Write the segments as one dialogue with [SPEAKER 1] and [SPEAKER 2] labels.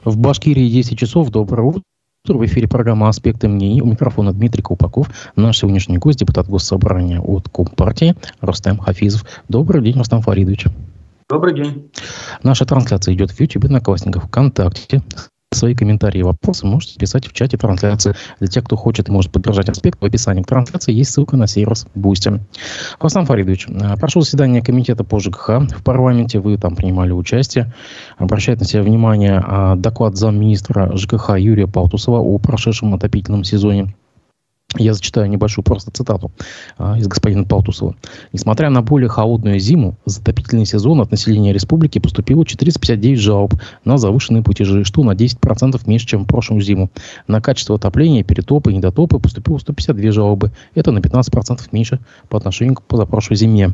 [SPEAKER 1] В Башкирии 10 часов. Доброе утро. В эфире программа «Аспекты мнений». У микрофона Дмитрий Колпаков. Наш сегодняшний гость, депутат Госсобрания от Компартии Рустем Хафизов. Добрый день, Рустем Фаридович.
[SPEAKER 2] Добрый день.
[SPEAKER 1] Наша трансляция идет в YouTube, Одноклассниках, ВКонтакте. Свои комментарии и вопросы можете писать в чате трансляции. Для тех, кто хочет и может поддержать «Аспект», в описании к трансляции есть ссылка на сервис Boosty. Рустем Фаридович, прошло заседание комитета по ЖКХ в парламенте, вы там принимали участие. Обращает на себя внимание доклад замминистра ЖКХ Юрия Палтусова о прошедшем отопительном сезоне. Я зачитаю небольшую просто цитату из господина Палтусова. Несмотря на более холодную зиму, за отопительный сезон от населения республики поступило 459 жалоб на завышенные платежи, что на 10% меньше, чем в прошлую зиму. На качество отопления, перетопы и недотопы поступило 152 жалобы. Это на 15% меньше по отношению к позапрошлой зиме.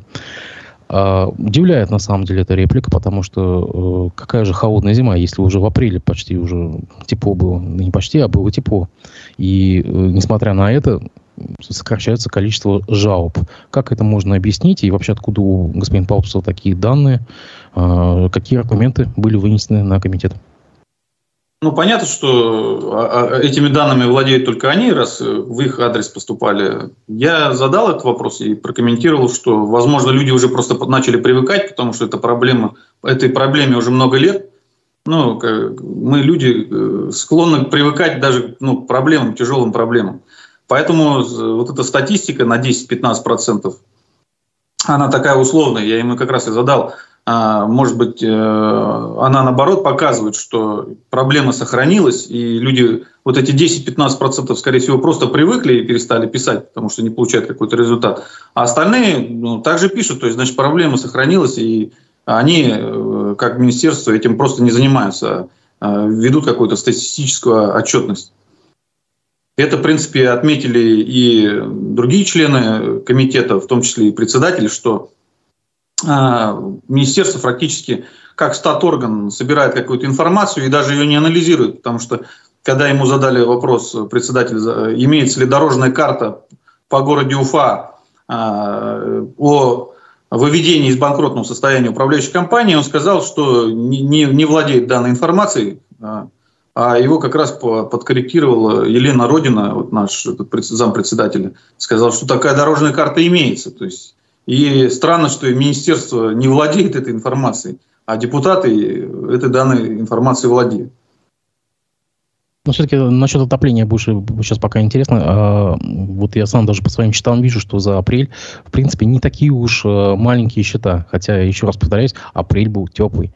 [SPEAKER 1] Удивляет на самом деле эта реплика, потому что какая же холодная зима, если уже в апреле почти уже тепло было, не почти, а было тепло. И несмотря на это, сокращается количество жалоб. Как это можно объяснить? И вообще, откуда у господина Палтусова такие данные? Какие аргументы были вынесены на комитет?
[SPEAKER 2] Ну, понятно, что этими данными владеют только они, раз в их адрес поступали. Я задал этот вопрос и прокомментировал, что, возможно, люди уже просто начали привыкать, потому что этой проблеме уже много лет. Ну, мы, люди, склонны привыкать даже к проблемам, тяжелым проблемам. Поэтому вот эта статистика на 10-15%, она такая условная. Я ему как раз и задал. Может быть, она, наоборот, показывает, что проблема сохранилась, и люди вот эти 10-15%, скорее всего, просто привыкли и перестали писать, потому что не получают какой-то результат. А остальные также пишут, то есть, значит, проблема сохранилась, и они, как министерство, этим просто не занимаются, ведут какую-то статистическую отчетность. Это, в принципе, отметили и другие члены комитета, в том числе и председатель, что министерство практически как статорган собирает какую-то информацию и даже ее не анализирует, потому что когда ему задали вопрос председатель, имеется ли дорожная карта по городу Уфа о выведении из банкротного состояния управляющей компании, он сказал, что не владеет данной информацией, а его как раз подкорректировала Елена Родина, вот наш зампредседателя, сказал, что такая дорожная карта имеется, то есть. И странно, что министерство не владеет этой информацией, а депутаты этой данной информацией владеют.
[SPEAKER 1] Но все-таки насчет отопления больше сейчас пока интересно. Вот я сам даже по своим счетам вижу, что за апрель, в принципе, не такие уж маленькие счета. Хотя, еще раз повторяюсь, апрель был теплый.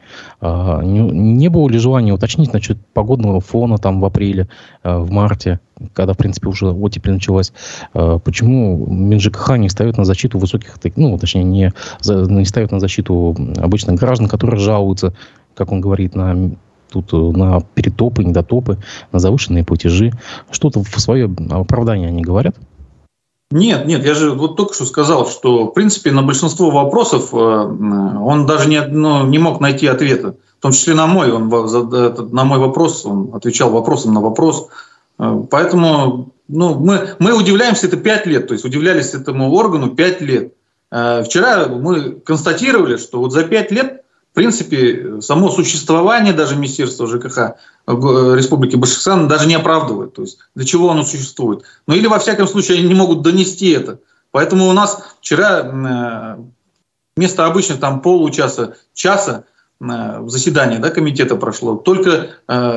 [SPEAKER 1] Не было ли желания уточнить насчет погодного фона там в апреле, в марте, когда, в принципе, уже оттепель началась? Почему Минжкх не ставит на защиту высоких, точнее, не ставит на защиту обычных граждан, которые жалуются, как он говорит, на перетопы, недотопы, на завышенные платежи? Что-то в свое оправдание они говорят?
[SPEAKER 2] Нет, я же вот только что сказал, что, в принципе, на большинство вопросов он даже не мог найти ответа. В том числе на мой вопрос, он отвечал вопросом на вопрос. Поэтому мы удивляемся, это 5 лет, то есть удивлялись этому органу 5 лет. Вчера мы констатировали, что вот за 5 лет в принципе, само существование даже Министерства ЖКХ Республики Башкортостан даже не оправдывает. То есть для чего оно существует? Или во всяком случае они не могут донести это. Поэтому у нас вчера вместо обычных часа заседания комитета прошло. Только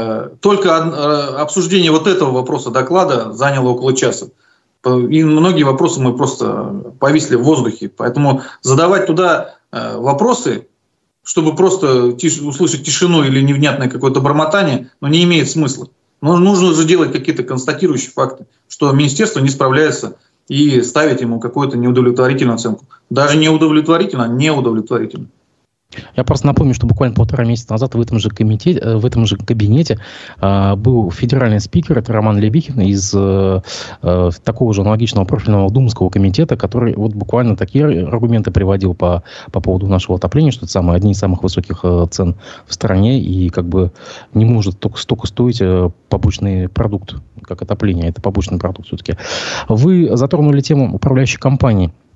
[SPEAKER 2] обсуждение вот этого вопроса доклада заняло около часа. И многие вопросы мы просто повисли в воздухе. Поэтому задавать туда вопросы, чтобы просто услышать тишину или невнятное какое-то бормотание, не имеет смысла. Но нужно же делать какие-то констатирующие факты, что министерство не справляется, и ставить ему какую-то неудовлетворительную оценку. Даже не удовлетворительно, а неудовлетворительно.
[SPEAKER 1] Я просто напомню, что буквально 1,5 месяца назад в этом же кабинете был федеральный спикер, это Роман Лебихин из такого же аналогичного профильного Думского комитета, который вот буквально такие аргументы приводил по поводу нашего отопления, что это одни из самых высоких цен в стране, и не может столько стоить побочный продукт, как отопление. Это побочный продукт все-таки. Вы затронули тему управляющей компании.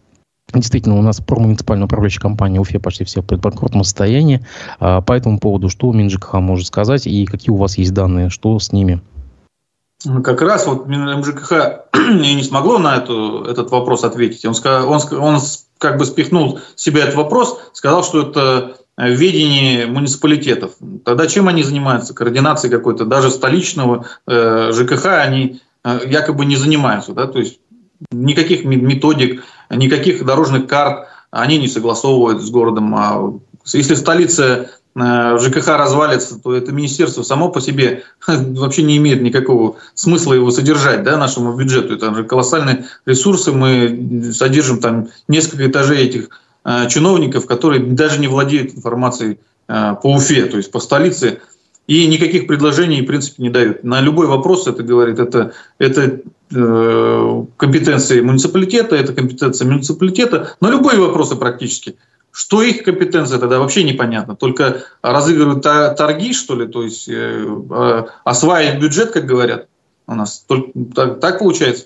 [SPEAKER 1] Действительно, у нас промуниципальная управляющая компания Уфе почти все в предбанкротном состоянии. По этому поводу, что МинЖКХ может сказать и какие у вас есть данные, что с ними?
[SPEAKER 2] Как раз вот МЖКХ и не смогло на этот вопрос ответить. Он как бы спихнул с себя этот вопрос, сказал, что это в ведении муниципалитетов. Тогда чем они занимаются? Координацией какой-то, даже столичного ЖКХ они якобы не занимаются. Да? То есть никаких методик, никаких дорожных карт они не согласовывают с городом. А если столица ЖКХ развалится, то это министерство само по себе вообще не имеет никакого смысла его содержать, да, нашему бюджету. Это же колоссальные ресурсы, мы содержим там несколько этажей этих чиновников, которые даже не владеют информацией по Уфе, то есть по столице, и никаких предложений в принципе не дают. На любой вопрос это говорит, это компетенция муниципалитета, это компетенция муниципалитета, на любые вопросы практически. Что их компетенция, тогда вообще непонятно. Только разыгрывают торги, что ли, то есть осваивать бюджет, как говорят у нас. Только так получается.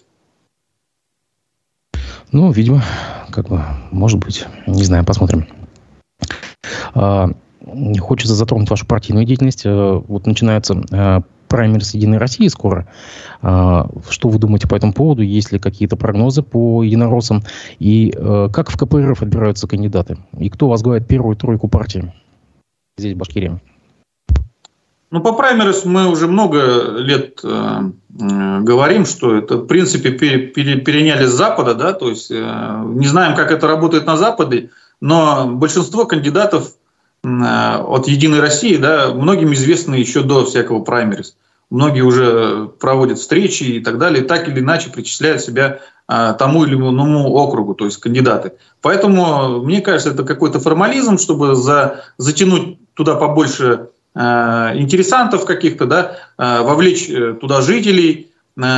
[SPEAKER 1] Ну, видимо, как бы, может быть. Не знаю, посмотрим. Хочется затронуть вашу партийную деятельность. Вот начинается праймерис «Единой России» скоро. Что вы думаете по этому поводу? Есть ли какие-то прогнозы по единороссам? И как в КПРФ отбираются кандидаты? И кто возглавит первую тройку партии здесь, в Башкирии?
[SPEAKER 2] Ну, по праймерис мы уже много лет говорим, что это, в принципе, переняли с Запада, да, то есть не знаем, как это работает на Западе, но большинство кандидатов от «Единой России», да, многим известны еще до всякого праймерис. Многие уже проводят встречи и так далее, так или иначе причисляют себя тому или иному округу, то есть кандидаты. Поэтому, мне кажется, это какой-то формализм, чтобы затянуть туда побольше интересантов каких-то, да, вовлечь туда жителей.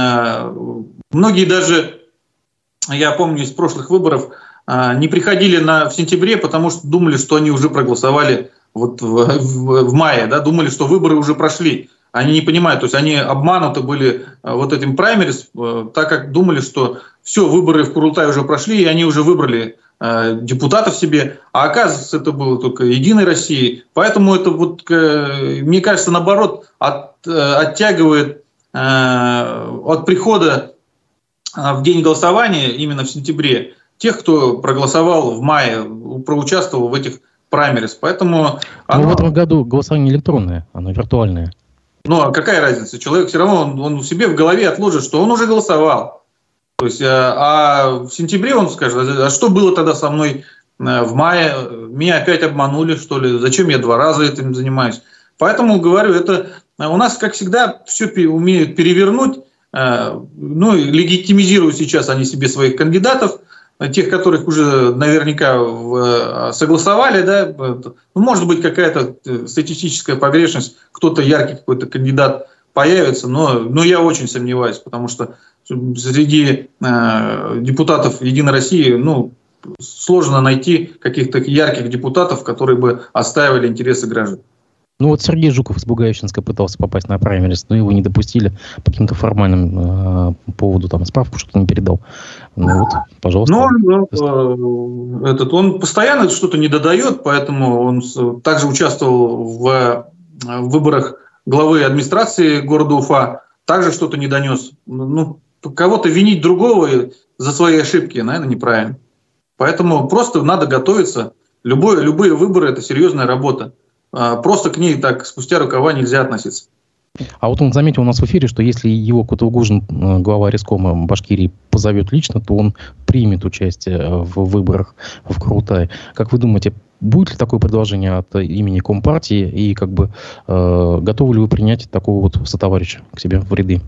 [SPEAKER 2] Многие даже, я помню из прошлых выборов, не приходили в сентябре, потому что думали, что они уже проголосовали вот в мае, да, думали, что выборы уже прошли. Они не понимают, то есть они обмануты были вот этим праймерис, так как думали, что все, выборы в Курултае уже прошли, и они уже выбрали депутатов себе, а оказывается, это было только «Единой России». Поэтому это, вот, мне кажется, наоборот, оттягивает от прихода в день голосования, именно в сентябре, тех, кто проголосовал в мае, проучаствовал в этих праймерис. Поэтому
[SPEAKER 1] в этом году голосование электронное, оно виртуальное.
[SPEAKER 2] Ну, а какая разница? Человек все равно, он себе в голове отложит, что он уже голосовал. То есть, а в сентябре он скажет, а что было тогда со мной в мае? Меня опять обманули, что ли? Зачем я 2 раза этим занимаюсь? Поэтому, говорю, это у нас, как всегда, все умеют перевернуть, ну, легитимизируют сейчас они себе своих кандидатов, тех, которых уже наверняка согласовали, да, ну, может быть, какая-то статистическая погрешность, кто-то яркий какой-то кандидат появится, но я очень сомневаюсь, потому что среди депутатов «Единой России», ну, сложно найти каких-то ярких депутатов, которые бы отстаивали интересы граждан.
[SPEAKER 1] Ну вот Сергей Жуков из Бугаевщинска пытался попасть на праймерис, но его не допустили по каким-то формальным поводу, там справку что-то не передал. Ну вот, пожалуйста.
[SPEAKER 2] Он постоянно что-то не додает, поэтому он также участвовал в выборах главы администрации города Уфа, также что-то не донес. Ну, кого-то винить другого за свои ошибки, наверное, неправильно. Поэтому просто надо готовиться. Любые выборы – это серьезная работа. Просто к ней так спустя рукава нельзя относиться.
[SPEAKER 1] А вот он заметил у нас в эфире, что если его Кутулгужин, глава Рескома Башкирии, позовет лично, то он примет участие в выборах в Курултае. Как вы думаете, будет ли такое предложение от имени Компартии и как бы готовы ли вы принять такого вот сотоварища к себе в ряды?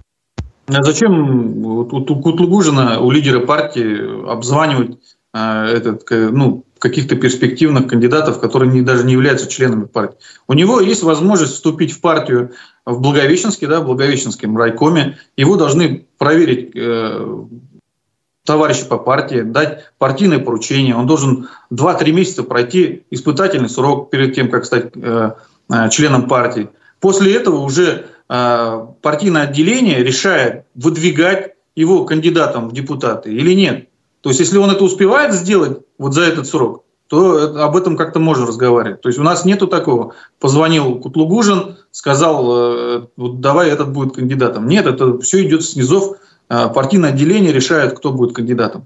[SPEAKER 2] Зачем у Кутулгужина, у лидера партии обзванивать каких-то перспективных кандидатов, которые даже не являются членами партии? У него есть возможность вступить в партию в Благовещенске, да, в Благовещенском райкоме. Его должны проверить товарищи по партии, дать партийное поручение. Он должен 2-3 месяца пройти испытательный срок перед тем, как стать членом партии. После этого уже партийное отделение решает, выдвигать его кандидатом в депутаты или нет. То есть, если он это успевает сделать вот за этот срок, то об этом как-то можно разговаривать. То есть, у нас нету такого. Позвонил Кутлугужин, сказал, вот давай этот будет кандидатом. Нет, это все идет снизу. Партийное отделение решает, кто будет кандидатом.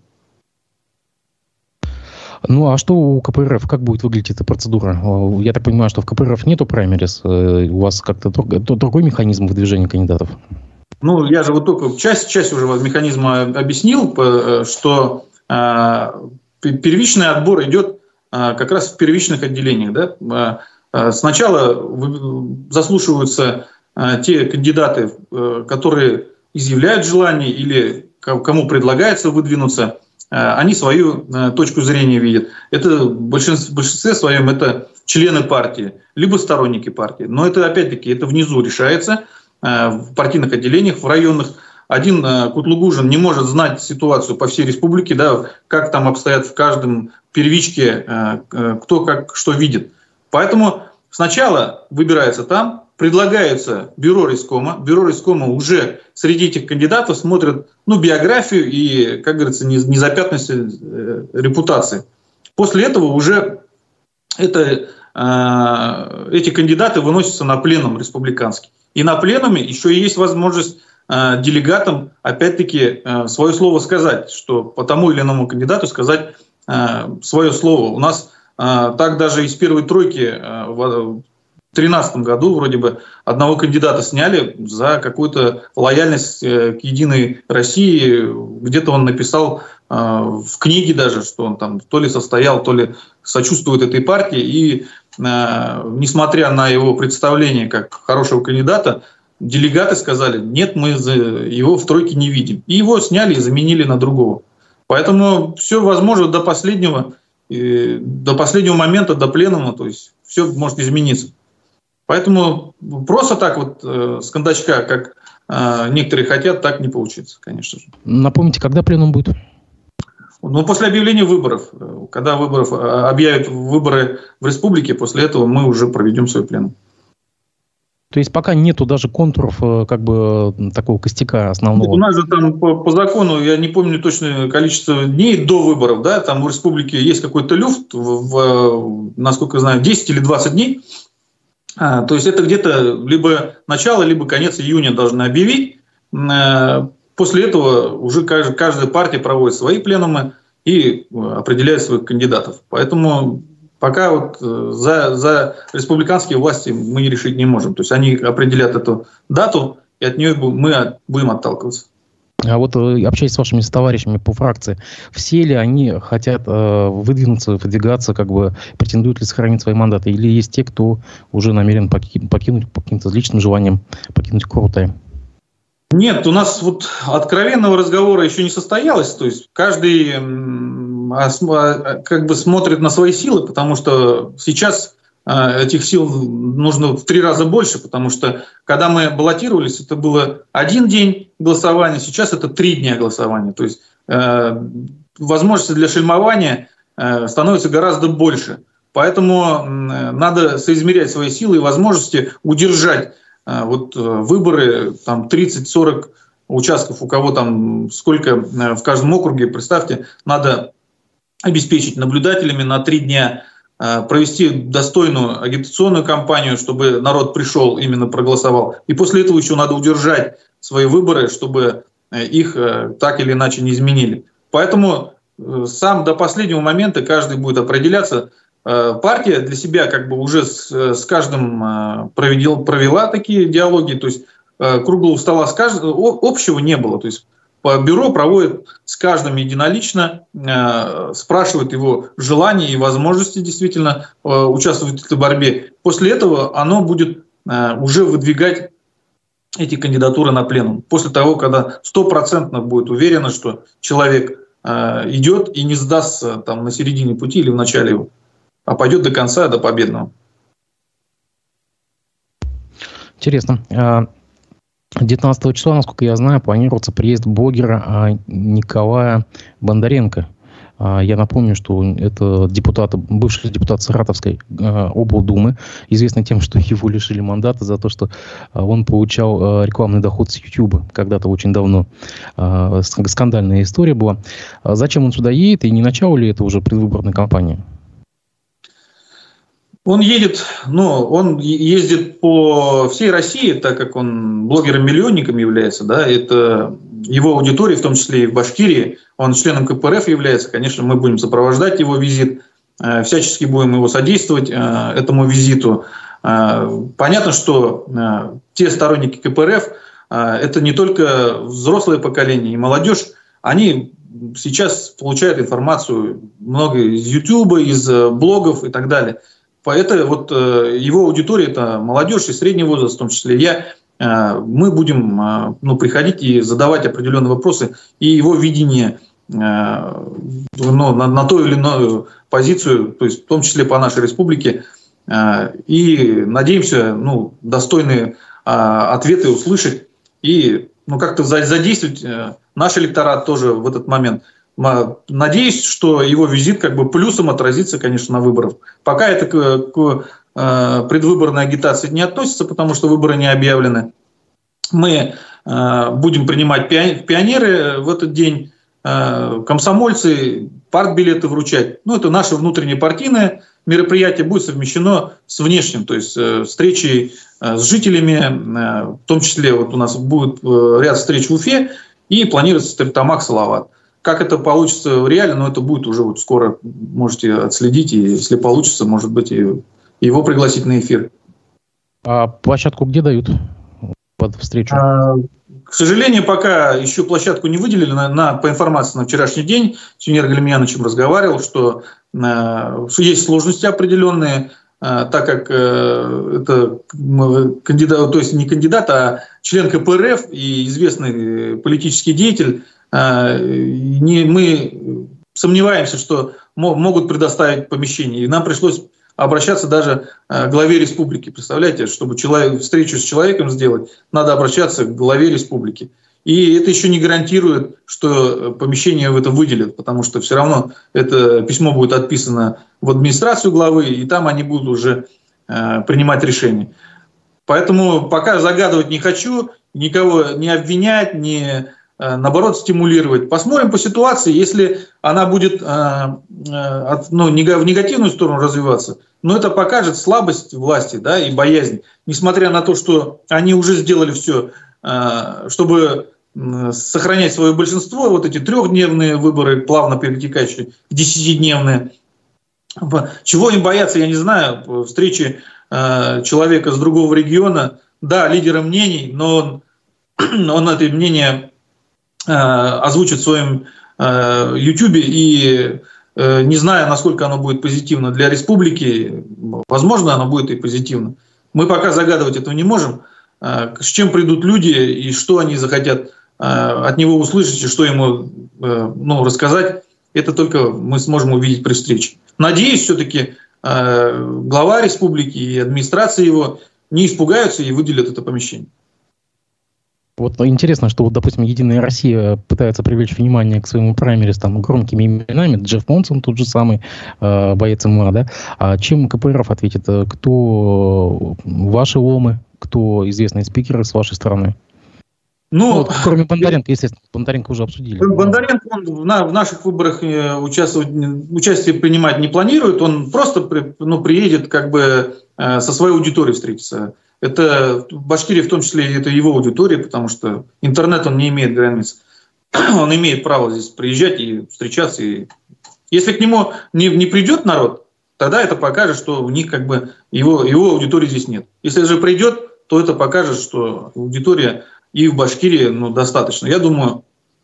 [SPEAKER 1] Ну, а что у КПРФ? Как будет выглядеть эта процедура? Я так понимаю, что в КПРФ нету праймерис. У вас как-то другой механизм выдвижения кандидатов?
[SPEAKER 2] Ну, я же вот только часть уже механизма объяснил, что первичный отбор идет как раз в первичных отделениях. Да? Сначала заслушиваются те кандидаты, которые изъявляют желание или кому предлагается выдвинуться. Они свою точку зрения видят. Это в большинстве своем это члены партии, либо сторонники партии. Но это опять-таки это внизу решается, в партийных отделениях, в районных. Один Кутлугужин не может знать ситуацию по всей республике, да, как там обстоят в каждом первичке, кто как что видит. Поэтому сначала выбирается там, предлагается бюро райискома. Бюро райискома уже среди этих кандидатов смотрят биографию и, как говорится, незапятнанность репутации. После этого уже эти кандидаты выносятся на пленум республиканский. И на пленуме еще и есть возможность делегатам, опять-таки, свое слово сказать, что по тому или иному кандидату сказать свое слово. У нас так даже из первой тройки в 2013 году вроде бы одного кандидата сняли за какую-то лояльность к Единой России. Где-то он написал в книге даже, что он там то ли состоял, то ли сочувствует этой партии. И несмотря на его представление как хорошего кандидата, делегаты сказали, нет, мы его в тройке не видим. И его сняли и заменили на другого. Поэтому все возможно до последнего момента, до пленума, то есть все может измениться. Поэтому просто так вот с кондачка, как некоторые хотят, так не получится, конечно же.
[SPEAKER 1] Напомните, когда пленум будет?
[SPEAKER 2] После объявления выборов. Когда объявят выборы в республике, после этого мы уже проведем свой пленум.
[SPEAKER 1] То есть пока нету даже контуров такого костяка основного?
[SPEAKER 2] У нас же там по закону, я не помню точное количество дней до выборов, да, там у республики есть какой-то люфт, насколько я знаю, 10 или 20 дней. То есть это где-то либо начало, либо конец июня должны объявить. После этого уже каждая партия проводит свои пленумы и определяет своих кандидатов. Поэтому пока вот за республиканские власти мы решить не можем. То есть они определят эту дату, и от нее мы будем отталкиваться.
[SPEAKER 1] А вот общаясь с вашими товарищами по фракции, все ли они хотят выдвигаться, претендуют ли сохранить свои мандаты? Или есть те, кто уже намерен покинуть по каким-то личным желаниям, покинуть Курултай?
[SPEAKER 2] Нет, у нас вот откровенного разговора еще не состоялось. То есть каждый смотрит на свои силы, потому что сейчас этих сил нужно в 3 раза больше, потому что когда мы баллотировались, это было 1 день голосования, сейчас это 3 дня голосования. То есть возможности для шельмования становится гораздо больше. Поэтому надо соизмерять свои силы и возможности удержать выборы, там 30-40 участков, у кого там сколько в каждом округе, представьте, надо обеспечить наблюдателями на 3 дня, провести достойную агитационную кампанию, чтобы народ пришел, именно проголосовал. И после этого еще надо удержать свои выборы, чтобы их так или иначе не изменили. Поэтому сам до последнего момента каждый будет определяться. Партия для себя уже с каждым провела такие диалоги, то есть круглого стола общего не было. То есть бюро проводит с каждым единолично, спрашивает его желания и возможности действительно участвовать в этой борьбе. После этого оно будет уже выдвигать эти кандидатуры на пленум. После того, когда 100% будет уверено, что человек идет и не сдастся там на середине пути или в начале его, а пойдет до конца, до победного.
[SPEAKER 1] Интересно. 19 числа, насколько я знаю, планируется приезд блогера Николая Бондаренко Я напомню, что это бывший депутат Саратовской облдумы, известный тем, что его лишили мандата за то, что он получал рекламный доход с YouTube когда-то очень давно. Скандальная история была. Зачем он сюда едет, и не начало ли это уже предвыборной кампании?
[SPEAKER 2] Он ездит по всей России, так как он блогером-миллионником является, да, это его аудитория, в том числе и в Башкирии, он членом КПРФ является, конечно, мы будем сопровождать его визит, всячески будем его содействовать этому визиту. Понятно, что те сторонники КПРФ, это не только взрослое поколение и молодежь, они сейчас получают информацию много из Ютуба, из блогов и так далее. Это вот его аудитория, это молодежь и средний возраст в том числе. Мы будем приходить и задавать определенные вопросы и его видение на ту или иную позицию, то есть в том числе по нашей республике. И надеемся достойные ответы услышать и как-то задействовать наш электорат тоже в этот момент. Надеюсь, что его визит плюсом отразится, конечно, на выборах. Пока это к предвыборной агитации не относится, потому что выборы не объявлены. Мы будем принимать пионеры в этот день, комсомольцы, партбилеты вручать. Это наше внутреннее партийное мероприятие будет совмещено с внешним, то есть встречей с жителями, в том числе у нас будет ряд встреч в Уфе и планируется Стерлитамак, Салават. Как это получится реально, это будет уже скоро, можете отследить, и если получится, может быть, и его пригласить на эфир.
[SPEAKER 1] А площадку где дают под встречу?
[SPEAKER 2] К сожалению, пока еще площадку не выделили. По информации на вчерашний день с Юниером Галимьяновичем разговаривал, что есть сложности определенные, так как это кандидат, то есть не кандидат, а член КПРФ и известный политический деятель. Мы сомневаемся, что могут предоставить помещение. И нам пришлось обращаться даже к главе республики. Представляете, чтобы встречу с человеком сделать, надо обращаться к главе республики. И это еще не гарантирует, что помещение в это выделят, потому что все равно это письмо будет отписано в администрацию главы, и там они будут уже принимать решения. Поэтому пока загадывать не хочу, никого не обвинять, наоборот, стимулировать. Посмотрим по ситуации, если она будет в негативную сторону развиваться, но это покажет слабость власти, да, и боязнь. Несмотря на то, что они уже сделали все, чтобы сохранять свое большинство, эти 3-дневные выборы, плавно перетекающие в 10-дневные. Чего им бояться, я не знаю. Встречи человека с другого региона, да, лидера мнений, но он это мнение озвучит в своем YouTube, и не знаю, насколько оно будет позитивно для республики, возможно, оно будет и позитивно. Мы пока загадывать этого не можем, с чем придут люди и что они захотят от него услышать, и что ему рассказать, это только мы сможем увидеть при встрече. Надеюсь, все-таки глава республики и администрация его не испугаются и выделят это помещение.
[SPEAKER 1] Интересно, что, допустим, «Единая Россия» пытается привлечь внимание к своему праймерис громкими именами. Джефф Монсон, тот же самый боец ММА, да? А чем КПРФ ответит? Кто ваши ломы? Кто известные спикеры с вашей стороны? Кроме Бондаренко, естественно. Бондаренко уже обсудили.
[SPEAKER 2] Бондаренко в наших выборах участие принимать не планирует. Он просто приедет со своей аудиторией встретиться. Это в Башкирии, в том числе, это его аудитория, потому что интернет, он не имеет границ. Он имеет право здесь приезжать и встречаться. И если к нему не придет народ, тогда это покажет, что у них его аудитории здесь нет. Если же придет, то это покажет, что аудитория и в Башкирии достаточно. Я думаю,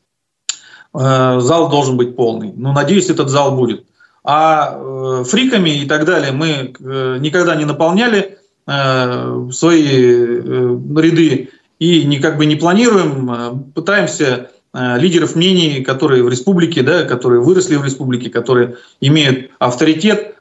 [SPEAKER 2] зал должен быть полный. Надеюсь, этот зал будет. А фриками и так далее мы никогда не наполняли свои ряды и не планируем, пытаемся лидеров мнений, которые в республике, да, которые выросли в республике, которые имеют авторитет,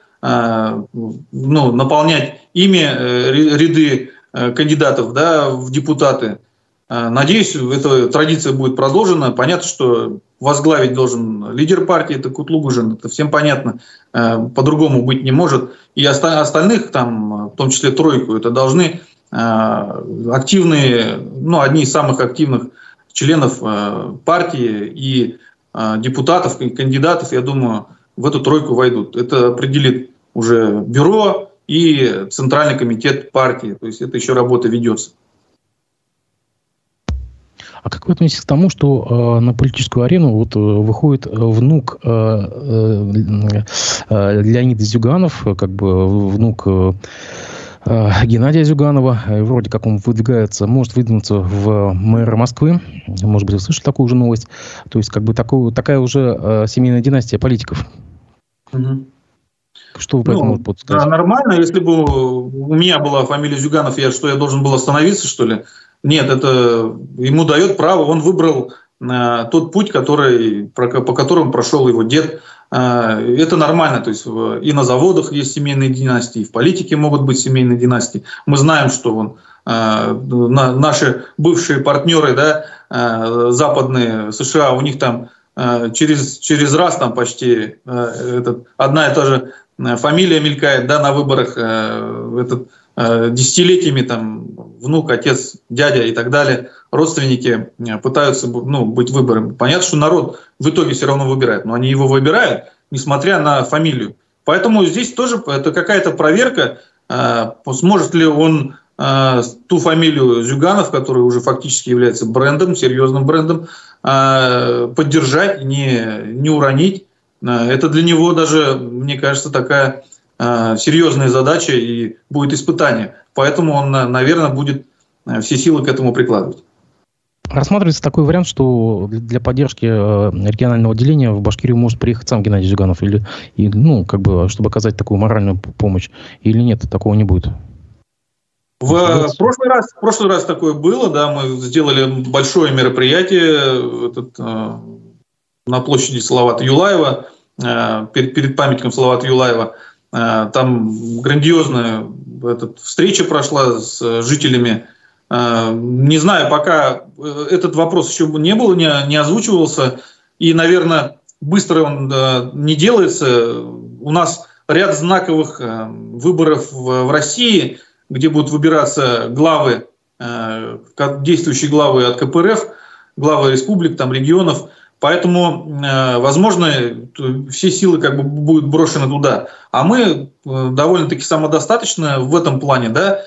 [SPEAKER 2] наполнять ими ряды кандидатов, да, в депутаты. Надеюсь, эта традиция будет продолжена. Понятно, что возглавить должен лидер партии, это Кутлугужин, это всем понятно, по-другому быть не может. И остальных, там, в том числе тройку, это должны активные, одни из самых активных членов партии и депутатов, и кандидатов, я думаю, в эту тройку войдут. Это определит уже бюро и Центральный комитет партии. То есть это еще работа ведется.
[SPEAKER 1] А как вы относитесь к тому, что на политическую арену выходит внук Леонида Зюганов, как бы внук Геннадия Зюганова, вроде как он выдвигается, может выдвинуться в мэра Москвы, может быть, вы слышали такую же новость, то есть как бы такая уже семейная династия политиков.
[SPEAKER 2] Угу.
[SPEAKER 1] Что вы по этому поводу сказать?
[SPEAKER 2] Да, нормально, если бы у меня была фамилия Зюганов, я должен был остановиться, что ли? Нет, это ему дает право, он выбрал тот путь, по которому прошел его дед. Это нормально, то есть и на заводах есть семейные династии, и в политике могут быть семейные династии. Мы знаем, что наши бывшие партнеры, да, западные, США, у них там через раз там почти одна и та же фамилия мелькает, да, на выборах, десятилетиями там внук, отец, дядя и так далее, родственники пытаются быть выборами. Понятно, что народ в итоге все равно выбирает, но они его выбирают, несмотря на фамилию. Поэтому здесь тоже это какая-то проверка, сможет ли он ту фамилию Зюганов, которая уже фактически является брендом, серьезным брендом, поддержать, не уронить. Это для него даже, мне кажется, такая серьезная задача и будет испытание. Поэтому он, наверное, будет все силы к этому прикладывать.
[SPEAKER 1] Рассматривается такой вариант, что для поддержки регионального отделения в Башкирию может приехать сам Геннадий Зюганов, чтобы оказать такую моральную помощь, или нет, такого не будет?
[SPEAKER 2] В прошлый раз такое было, да, мы сделали большое мероприятие на площади Салавата Юлаева, перед памятником Салавата Юлаева. Там грандиозная встреча прошла с жителями. Не знаю, пока этот вопрос еще не озвучивался, и, наверное, быстро он не делается. У нас ряд знаковых выборов в России, где будут выбираться главы, действующие главы от КПРФ, главы республик, там, регионов. Поэтому, возможно, все силы будут брошены туда. А мы довольно-таки самодостаточны в этом плане, да.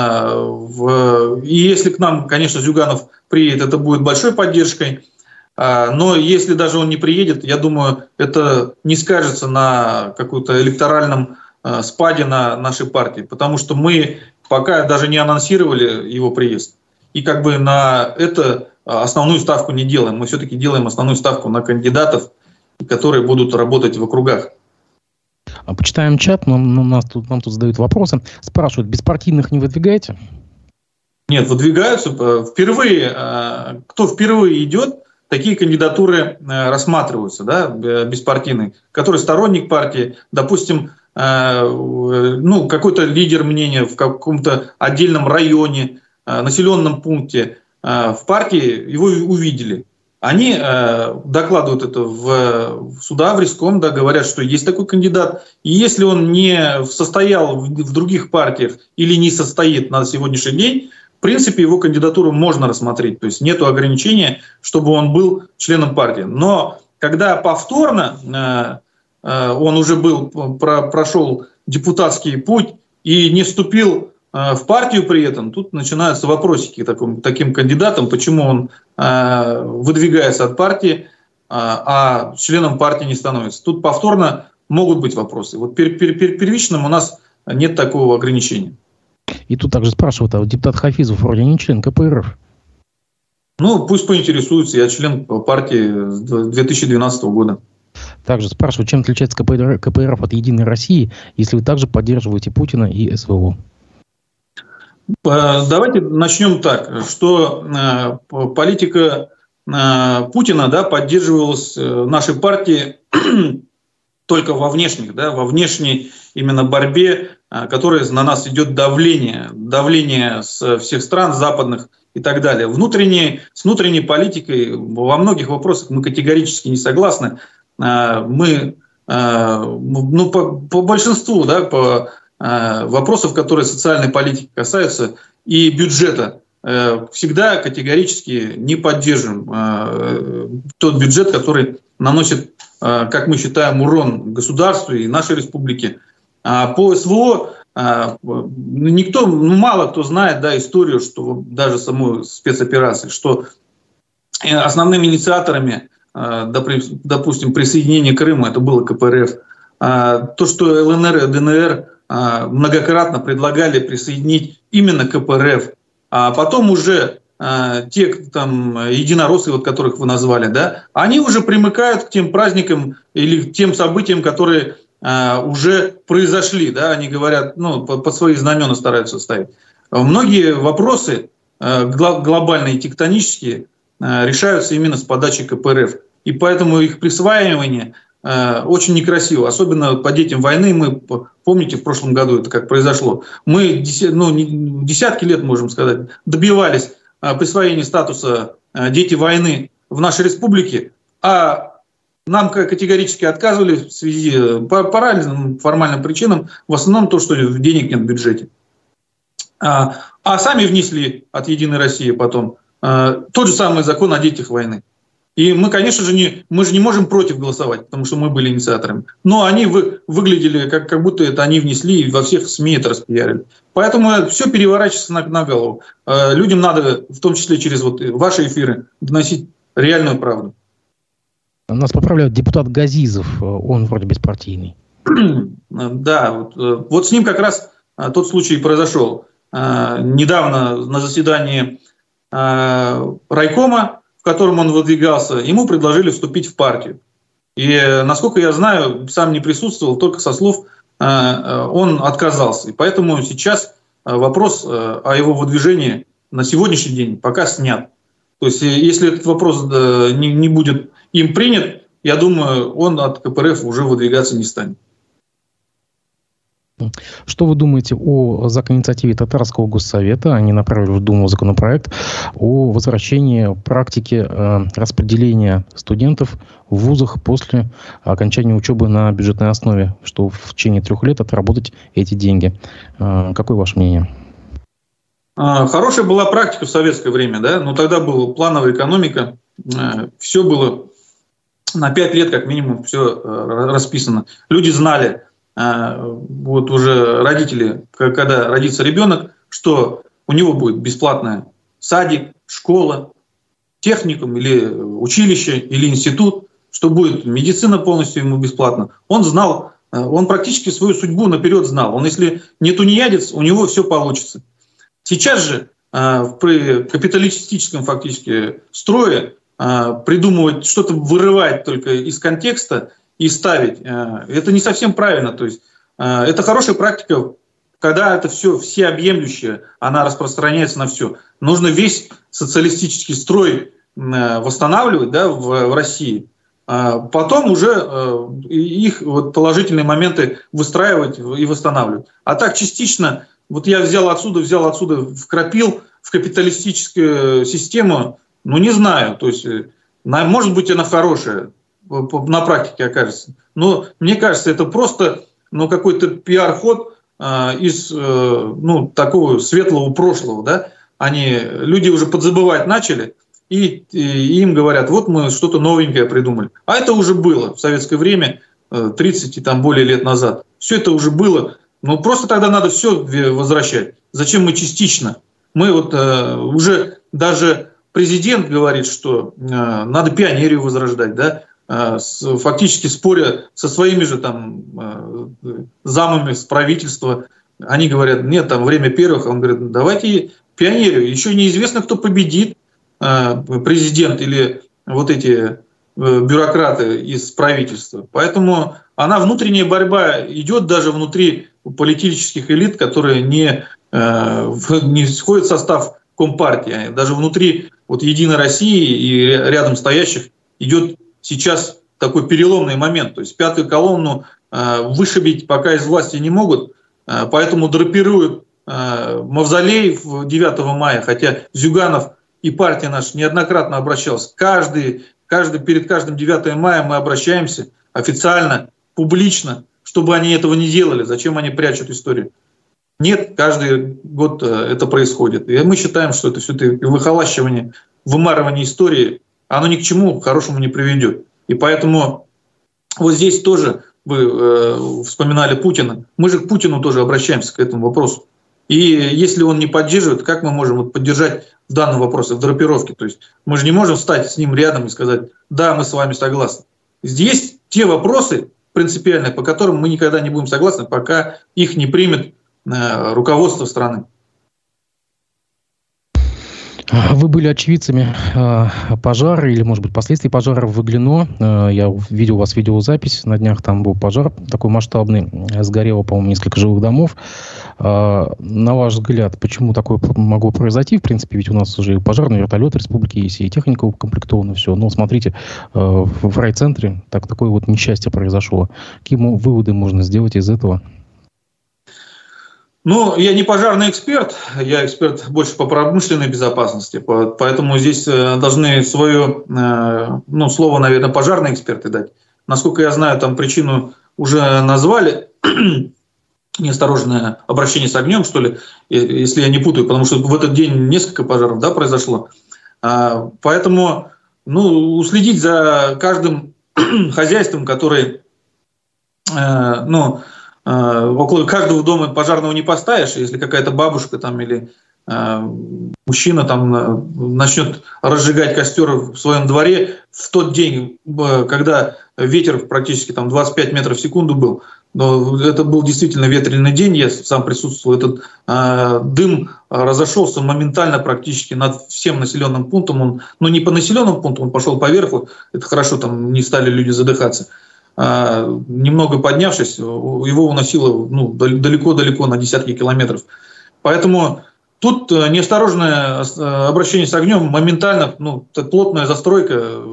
[SPEAKER 2] И если к нам, конечно, Зюганов приедет, это будет большой поддержкой. Но если даже он не приедет, я думаю, это не скажется на каком-то электоральном спаде на нашей партии. Потому что мы пока даже не анонсировали его приезд. И на это основную ставку не делаем. Мы все-таки делаем основную ставку на кандидатов, которые будут работать в округах.
[SPEAKER 1] Почитаем чат, нам тут задают вопросы. Спрашивают, беспартийных не выдвигаете?
[SPEAKER 2] Нет, выдвигаются. Кто впервые идет, такие кандидатуры рассматриваются, да, беспартийные. Который сторонник партии, допустим, какой-то лидер мнения в каком-то отдельном районе, населенном пункте, в партии его увидели. Они докладывают это в суда, в риском, да, говорят, что есть такой кандидат. И если он не состоял в других партиях или не состоит на сегодняшний день, в принципе, его кандидатуру можно рассмотреть. То есть нет ограничения, чтобы он был членом партии. Но когда повторно он уже прошел депутатский путь и не вступил в партию при этом, тут начинаются вопросики таким кандидатам, почему он выдвигается от партии, а членом партии не становится. Тут повторно могут быть вопросы. Вот первичным у нас нет такого ограничения.
[SPEAKER 1] И тут также спрашивают, а депутат Хафизов вроде не член КПРФ?
[SPEAKER 2] Пусть поинтересуется, я член партии с 2012 года.
[SPEAKER 1] Также спрашивают, чем отличается КПРФ от «Единой России», если вы также поддерживаете Путина и СВО?
[SPEAKER 2] Давайте начнем так, что политика Путина, да, поддерживалась нашей партией только во внешней именно борьбе которое на нас идет давление с всех стран западных и так далее. С внутренней политикой во многих вопросах мы категорически не согласны. Мы по большинству, да, по вопросов, которые социальной политики касаются и бюджета, всегда категорически не поддержим тот бюджет, который наносит, как мы считаем, урон государству и нашей республике. По СВО мало кто знает, да, историю, что даже самой спецоперации, что основными инициаторами, допустим, присоединения Крыма, это было КПРФ. То, что ЛНР и ДНР многократно предлагали присоединить именно КПРФ, а потом уже те там единороссы, вот, которых вы назвали, да, они уже примыкают к тем праздникам или к тем событиям, которые уже произошли, да, они говорят, под свои знамена стараются ставить. Многие вопросы глобальные, тектонические, решаются именно с подачи КПРФ. И поэтому их присваивание очень некрасиво. Особенно по детям войны. Мы, помните, в прошлом году это как произошло. Мы десятки лет, можем сказать, добивались присвоения статуса «дети войны» в нашей республике, а нам категорически отказывали в связи по разным формальным причинам, в основном то, что денег нет в бюджете. А сами внесли от «Единой России» потом тот же самый закон о детях войны. И мы, конечно же, не можем против голосовать, потому что мы были инициаторами. Но они выглядели, как будто это они внесли, и во всех СМИ это распиарили. Поэтому все переворачивается на голову. Людям надо, в том числе через ваши эфиры, доносить реальную правду.
[SPEAKER 1] Нас поправляют депутат Газизов, он вроде беспартийный.
[SPEAKER 2] Да, вот с ним как раз тот случай произошел. Недавно на заседании райкома, в котором он выдвигался, ему предложили вступить в партию. И, насколько я знаю, сам не присутствовал, только со слов он отказался. И поэтому сейчас вопрос о его выдвижении на сегодняшний день пока снят. То есть, если этот вопрос не будет им принят, я думаю, он от КПРФ уже выдвигаться не станет.
[SPEAKER 1] Что вы думаете о законинициативе Татарского госсовета? Они направили в Думу законопроект о возвращении практики распределения студентов в вузах после окончания учебы на бюджетной основе, что в течение 3 лет отработать эти деньги. Какое ваше мнение?
[SPEAKER 2] Хорошая была практика в советское время, да? Но тогда была плановая экономика, все было на 5 лет как минимум все расписано. Люди знали, вот уже родители, когда родится ребенок, что у него будет бесплатный садик, школа, техникум или училище, или институт, что будет медицина полностью ему бесплатно. Он знал, он практически свою судьбу наперед знал. Он, если не тунеядец, у него все получится. Сейчас же при капиталистическом фактически строе придумывать, что-то вырывать только из контекста и ставить, это не совсем правильно. То есть это хорошая практика, когда это все всеобъемлющее, она распространяется на все. Нужно весь социалистический строй восстанавливать, да, в России. Потом уже их положительные моменты выстраивать и восстанавливать. А так частично, вот я взял отсюда, вкрапил в капиталистическую систему, не знаю, то есть, может быть, она хорошая, на практике окажется. Но мне кажется, это просто какой-то пиар-ход из такого светлого прошлого. Да? Люди уже подзабывать начали, и им говорят, вот мы что-то новенькое придумали. А это уже было в советское время, 30 и там более лет назад. Все это уже было. Просто тогда надо все возвращать. Зачем мы частично? Мы уже даже президент говорит, что надо пионерию возрождать, да? Фактически споря со своими же там замами с правительства. Они говорят, нет, там время первых. Он говорит, давайте пионерию. Еще неизвестно, кто победит, президент или вот эти бюрократы из правительства. Поэтому внутренняя борьба идет даже внутри политических элит, которые не входят в состав Компартии. Даже внутри Единой России и рядом стоящих идет сейчас такой переломный момент. То есть 5-ю колонну вышибить пока из власти не могут, поэтому драпируют мавзолей в 9 мая, хотя Зюганов и партия наша неоднократно обращалась. Перед каждым 9 мая мы обращаемся официально, публично, чтобы они этого не делали. Зачем они прячут историю? Нет, каждый год это происходит. И мы считаем, что это все-таки выхолащивание, вымарывание истории, оно ни к чему хорошему не приведет. И поэтому вот здесь тоже вы вспоминали Путина. Мы же к Путину тоже обращаемся к этому вопросу. И если он не поддерживает, как мы можем поддержать в данном вопросе, в драпировке? То есть мы же не можем встать с ним рядом и сказать: да, мы с вами согласны. Есть те вопросы принципиальные, по которым мы никогда не будем согласны, пока их не примет руководство страны.
[SPEAKER 1] Вы были очевидцами пожара или, может быть, последствий пожара в Иглино. Я видел у вас видеозапись. На днях там был пожар такой масштабный. Сгорело, по-моему, несколько жилых домов. На ваш взгляд, почему такое могло произойти? В принципе, ведь у нас уже и пожарный вертолет в республике есть, и техника укомплектована, все. Но смотрите, в райцентре такое вот несчастье произошло. Какие выводы можно сделать из этого?
[SPEAKER 2] Ну, я не пожарный эксперт, я эксперт больше по промышленной безопасности, поэтому здесь должны свое слово, наверное, пожарные эксперты дать. Насколько я знаю, там причину уже назвали, неосторожное обращение с огнем, что ли, если я не путаю, потому что в этот день несколько пожаров, да, произошло. Поэтому, уследить за каждым хозяйством, который, около каждого дома пожарного не поставишь. Если какая-то бабушка там или мужчина там начнет разжигать костер в своем дворе в тот день, когда ветер практически там 25 метров в секунду был, но это был действительно ветреный день, я сам присутствовал, этот дым разошелся моментально практически над всем населенным пунктом, не по населенному пункту, он пошел поверху, это хорошо, там не стали люди задыхаться. Немного поднявшись, его уносило далеко-далеко на десятки километров. Поэтому тут неосторожное обращение с огнем моментально, плотная застройка,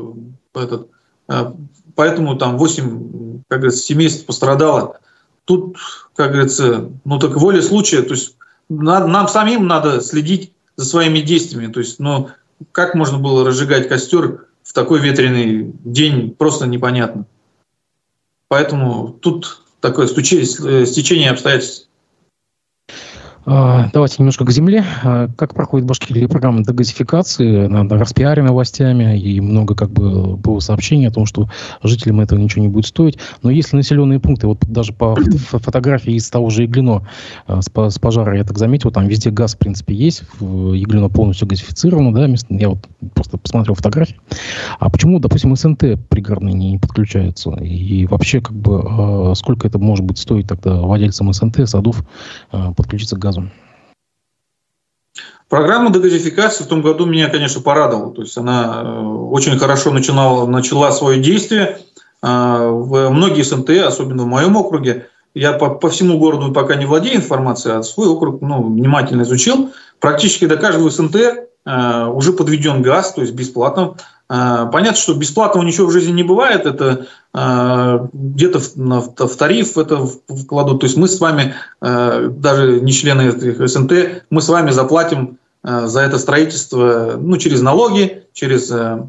[SPEAKER 2] поэтому там 8, как говорится, семейств пострадало. Тут, как говорится, так воля случая, то есть нам самим надо следить за своими действиями. То есть, как можно было разжигать костер в такой ветреный день, просто непонятно. Поэтому тут такое стечение обстоятельств.
[SPEAKER 1] Давайте немножко к земле. Как проходит в Башкирии программа дегазификации? Она распиарена властями, и много было сообщений о том, что жителям этого ничего не будет стоить. Но если населенные пункты, вот даже по фотографии из того же Иглино, с пожара, я так заметил, там везде газ, в принципе, есть. Иглино полностью газифицировано, да, я вот просто посмотрел фотографии. А почему, допустим, СНТ пригородные не подключаются? И вообще, сколько это может быть стоить тогда владельцам СНТ, садов, подключиться к газу?
[SPEAKER 2] Программа дегазификации в том году меня, конечно, порадовала. То есть она очень хорошо начала свое действие. В многие СНТ, особенно в моем округе, я по всему городу пока не владею информацией, а свой округ внимательно изучил. Практически до каждого СНТ уже подведен газ, то есть бесплатно. Понятно, что бесплатного ничего в жизни не бывает, это где-то в тариф это вкладут. То есть мы с вами, даже не члены этих СНТ, мы с вами заплатим за это строительство через налоги, через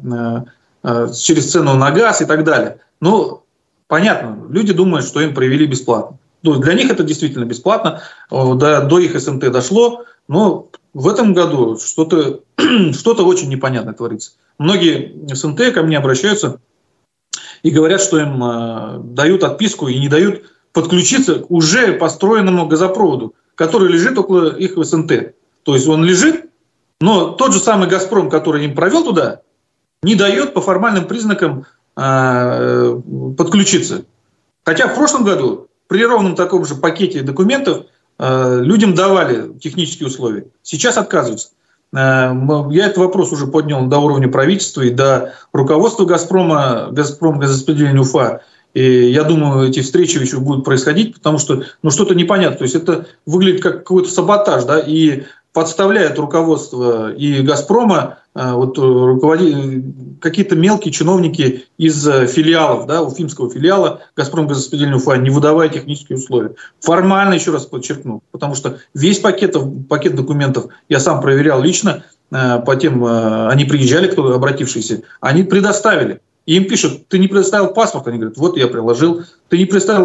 [SPEAKER 2] цену на газ и так далее. Понятно, люди думают, что им провели бесплатно. Для них это действительно бесплатно, до их СНТ дошло, но в этом году что-то очень непонятное творится. Многие СНТ ко мне обращаются и говорят, что им дают отписку и не дают подключиться к уже построенному газопроводу, который лежит около их СНТ. То есть он лежит, но тот же самый «Газпром», который им провел туда, не дает по формальным признакам подключиться. Хотя в прошлом году при ровном таком же пакете документов людям давали технические условия. Сейчас отказываются. Я этот вопрос уже поднял до уровня правительства и до руководства «Газпрома», «Газпром» газораспределения Уфа. И я думаю, эти встречи еще будут происходить, потому что что-то непонятно. То есть это выглядит как какой-то саботаж, да, и подставляет руководство и «Газпрома», какие-то мелкие чиновники из филиалов, да, уфимского филиала «Газпром газораспределения Уфа», не выдавая технические условия. Формально, еще раз подчеркну, потому что весь пакет документов я сам проверял лично, по тем, они приезжали, кто обратившиеся, они предоставили. И им пишут: ты не предоставил паспорт? Они говорят: вот я приложил. Ты не предоставил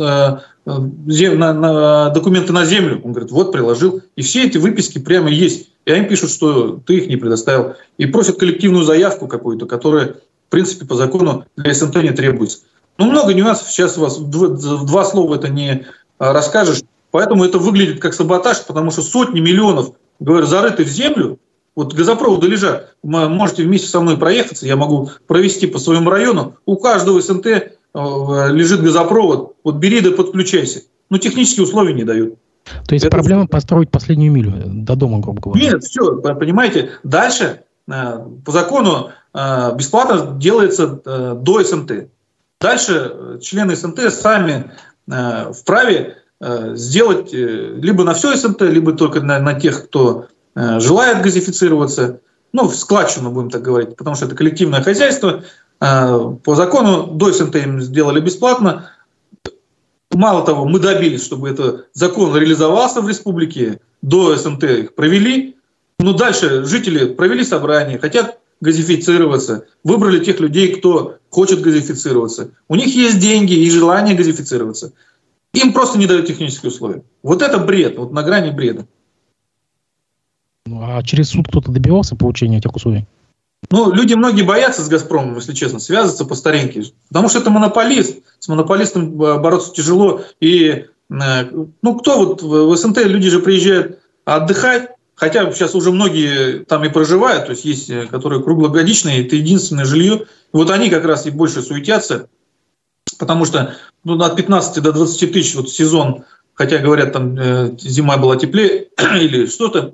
[SPEAKER 2] документы на землю? Он говорит: вот приложил. И все эти выписки прямо есть. И они пишут, что ты их не предоставил. И просят коллективную заявку какую-то, которая, в принципе, по закону для СНТ не требуется. Много нюансов. Сейчас у вас в два слова это не расскажешь. Поэтому это выглядит как саботаж, потому что сотни миллионов, говорю, зарыты в землю. Вот газопроводы лежат, можете вместе со мной проехаться, я могу провести по своему району. У каждого СНТ лежит газопровод, вот бери да подключайся. Но технические условия не дают.
[SPEAKER 1] То есть проблема построить последнюю милю до дома, грубо говоря?
[SPEAKER 2] Нет, все, понимаете, дальше по закону бесплатно делается до СНТ. Дальше члены СНТ сами вправе сделать либо на все СНТ, либо только на тех, кто желает газифицироваться, в складчину, будем так говорить, потому что это коллективное хозяйство. По закону до СНТ им сделали бесплатно. Мало того, мы добились, чтобы этот закон реализовался в республике, до СНТ их провели. Но дальше жители провели собрание, хотят газифицироваться, выбрали тех людей, кто хочет газифицироваться. У них есть деньги и желание газифицироваться. Им просто не дают технические условия. Вот это бред, вот на грани бреда.
[SPEAKER 1] А через суд кто-то добивался получения этих условий?
[SPEAKER 2] Люди многие боятся с «Газпромом», если честно, связываться по старинке. Потому что это монополист. С монополистом бороться тяжело. И кто вот в СНТ, люди же приезжают отдыхать, хотя сейчас уже многие там и проживают, то есть которые круглогодичные, это единственное жилье. Вот они как раз и больше суетятся, потому что от 15 до 20 тысяч вот сезон, хотя говорят, там зима была теплее или что-то,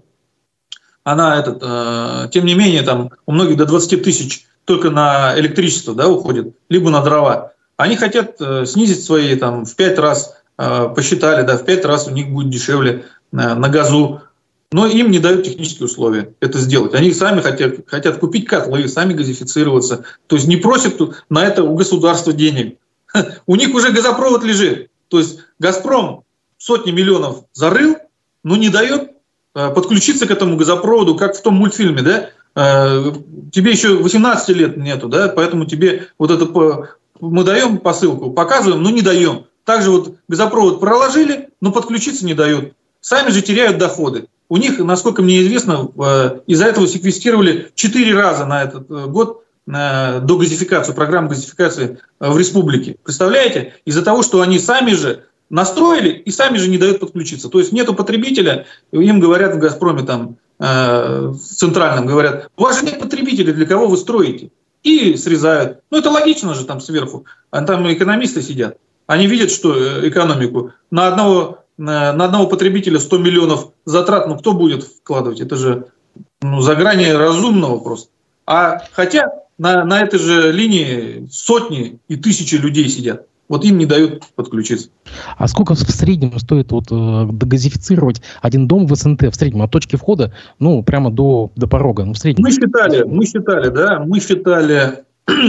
[SPEAKER 2] тем не менее, там у многих до 20 тысяч только на электричество, уходит, либо на дрова. Они хотят снизить свои в 5 раз, посчитали, в 5 раз у них будет дешевле на газу. Но им не дают технические условия это сделать. Они сами хотят купить котлы, сами газифицироваться. То есть не просят на это у государства денег. У них уже газопровод лежит. То есть «Газпром» сотни миллионов зарыл, но не дает подключиться к этому газопроводу, как в том мультфильме, тебе еще 18 лет нету, поэтому тебе мы даем посылку, показываем, но не даем. Также вот газопровод проложили, но подключиться не дают. Сами же теряют доходы. У них, насколько мне известно, из-за этого секвестировали 4 раза на этот год до газификации, программы газификации в республике. Представляете? Из-за того, что они сами же настроили и сами же не дают подключиться. То есть нету потребителя, им говорят в «Газпроме», центральном, говорят: у вас же нет потребителя, для кого вы строите? И срезают. Это логично же там сверху. Там экономисты сидят. Они видят, что экономику на одного потребителя 100 миллионов затрат, кто будет вкладывать? Это же за грани разумного просто. Хотя на этой же линии сотни и тысячи людей сидят. Вот им не дают подключиться.
[SPEAKER 1] А сколько в среднем стоит догазифицировать один дом в СНТ, в среднем от точки входа, прямо до порога? В среднем?
[SPEAKER 2] Мы считали,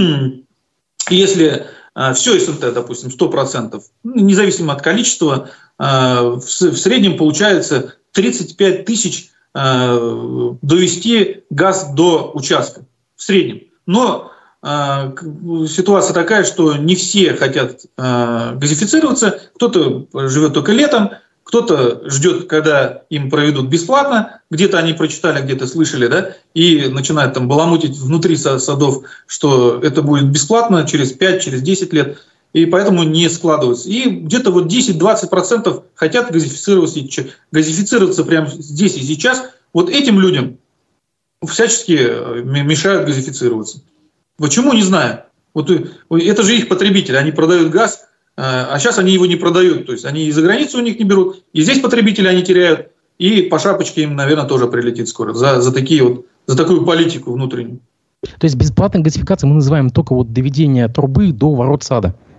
[SPEAKER 2] если все СНТ, допустим, 100%, независимо от количества, в среднем получается 35 тысяч довести газ до участка. В среднем. Но ситуация такая, что не все хотят газифицироваться, кто-то живет только летом, кто-то ждет, когда им проведут бесплатно, где-то они прочитали, где-то слышали, и начинают баламутить внутри садов, что это будет бесплатно через 5, через 10 лет, и поэтому не складывается. И где-то 10-20% хотят газифицироваться прямо здесь и сейчас. Вот этим людям всячески мешают газифицироваться. Почему, не знаю. Это же их потребители, они продают газ, а сейчас они его не продают. То есть они из-за границы у них не берут, и здесь потребители они теряют, и по шапочке им, наверное, тоже прилетит скоро за такую политику внутреннюю.
[SPEAKER 1] То есть бесплатной газификацией мы называем только доведение трубы до ворот сада?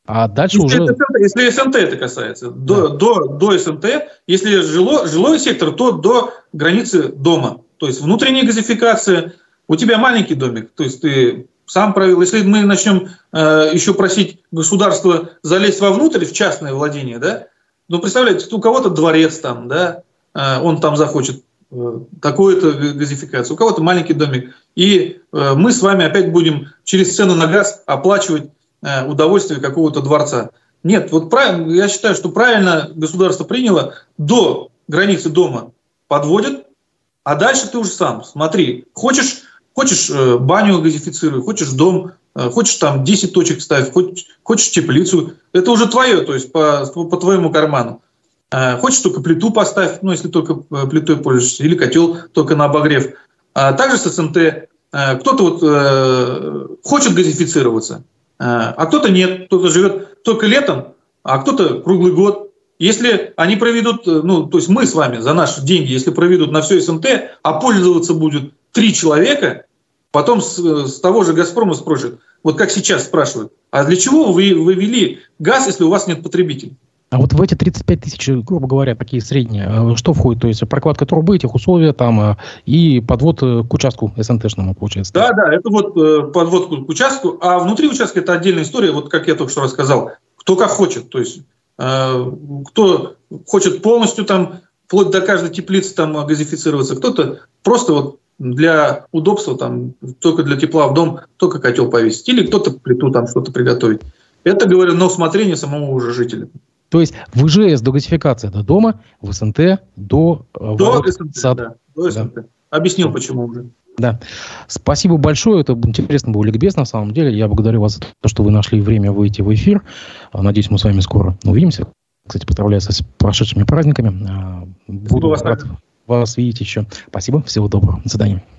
[SPEAKER 1] А дальше
[SPEAKER 2] если СНТ это касается, до СНТ, если жилой сектор, то до границы дома. То есть внутренняя газификация, у тебя маленький домик, то есть ты сам провел. Если мы начнем еще просить государство залезть вовнутрь, в частное владение, да, ну, представляете, у кого-то дворец там, да, он там захочет такую-то газификацию, у кого-то маленький домик. И мы с вами опять будем через цену на газ оплачивать удовольствие какого-то дворца. Нет, вот правильно, я считаю, что правильно государство приняло, до границы дома подводит, а дальше ты уже сам смотри. Хочешь баню газифицируй, хочешь дом, хочешь там 10 точек ставь, хочешь теплицу. Это уже твое, то есть по твоему карману. Хочешь только плиту поставь, ну если только плитой пользуешься, или котел только на обогрев. Также с СНТ. Кто-то вот хочет газифицироваться, а кто-то нет. Кто-то живет только летом, а кто-то круглый год. Если они проведут, ну то есть мы с вами за наши деньги, если проведут на все СНТ, а пользоваться будет 3 человека, потом с того же «Газпрома» спросят, вот как сейчас спрашивают, а для чего вы ввели газ, если у вас нет потребителей?
[SPEAKER 1] А вот в эти 35 тысяч, грубо говоря, такие средние, что входит? То есть прокладка трубы, этих условия там и подвод к участку СНТшному, получается?
[SPEAKER 2] Да, это вот подвод к участку, а внутри участка это отдельная история, вот как я только что рассказал, кто как хочет, то есть кто хочет полностью там, вплоть до каждой теплицы там газифицироваться, кто-то просто вот для удобства, там, только для тепла в дом, только котел повесить, или кто-то плиту там что-то приготовить. Это, говорю, на усмотрение самого уже жителя.
[SPEAKER 1] То есть в ИЖС до газификации до дома, в СНТ до
[SPEAKER 2] СНТ,
[SPEAKER 1] сада.
[SPEAKER 2] До СНТ. Да. Объяснил, почему уже.
[SPEAKER 1] Да. Спасибо большое. Это интересно был ликбез, на самом деле. Я благодарю вас за то, что вы нашли время выйти в эфир. Надеюсь, мы с вами скоро увидимся. Кстати, поздравляю с прошедшими праздниками. Буду рад вас видеть еще. Спасибо. Всего доброго. До свидания.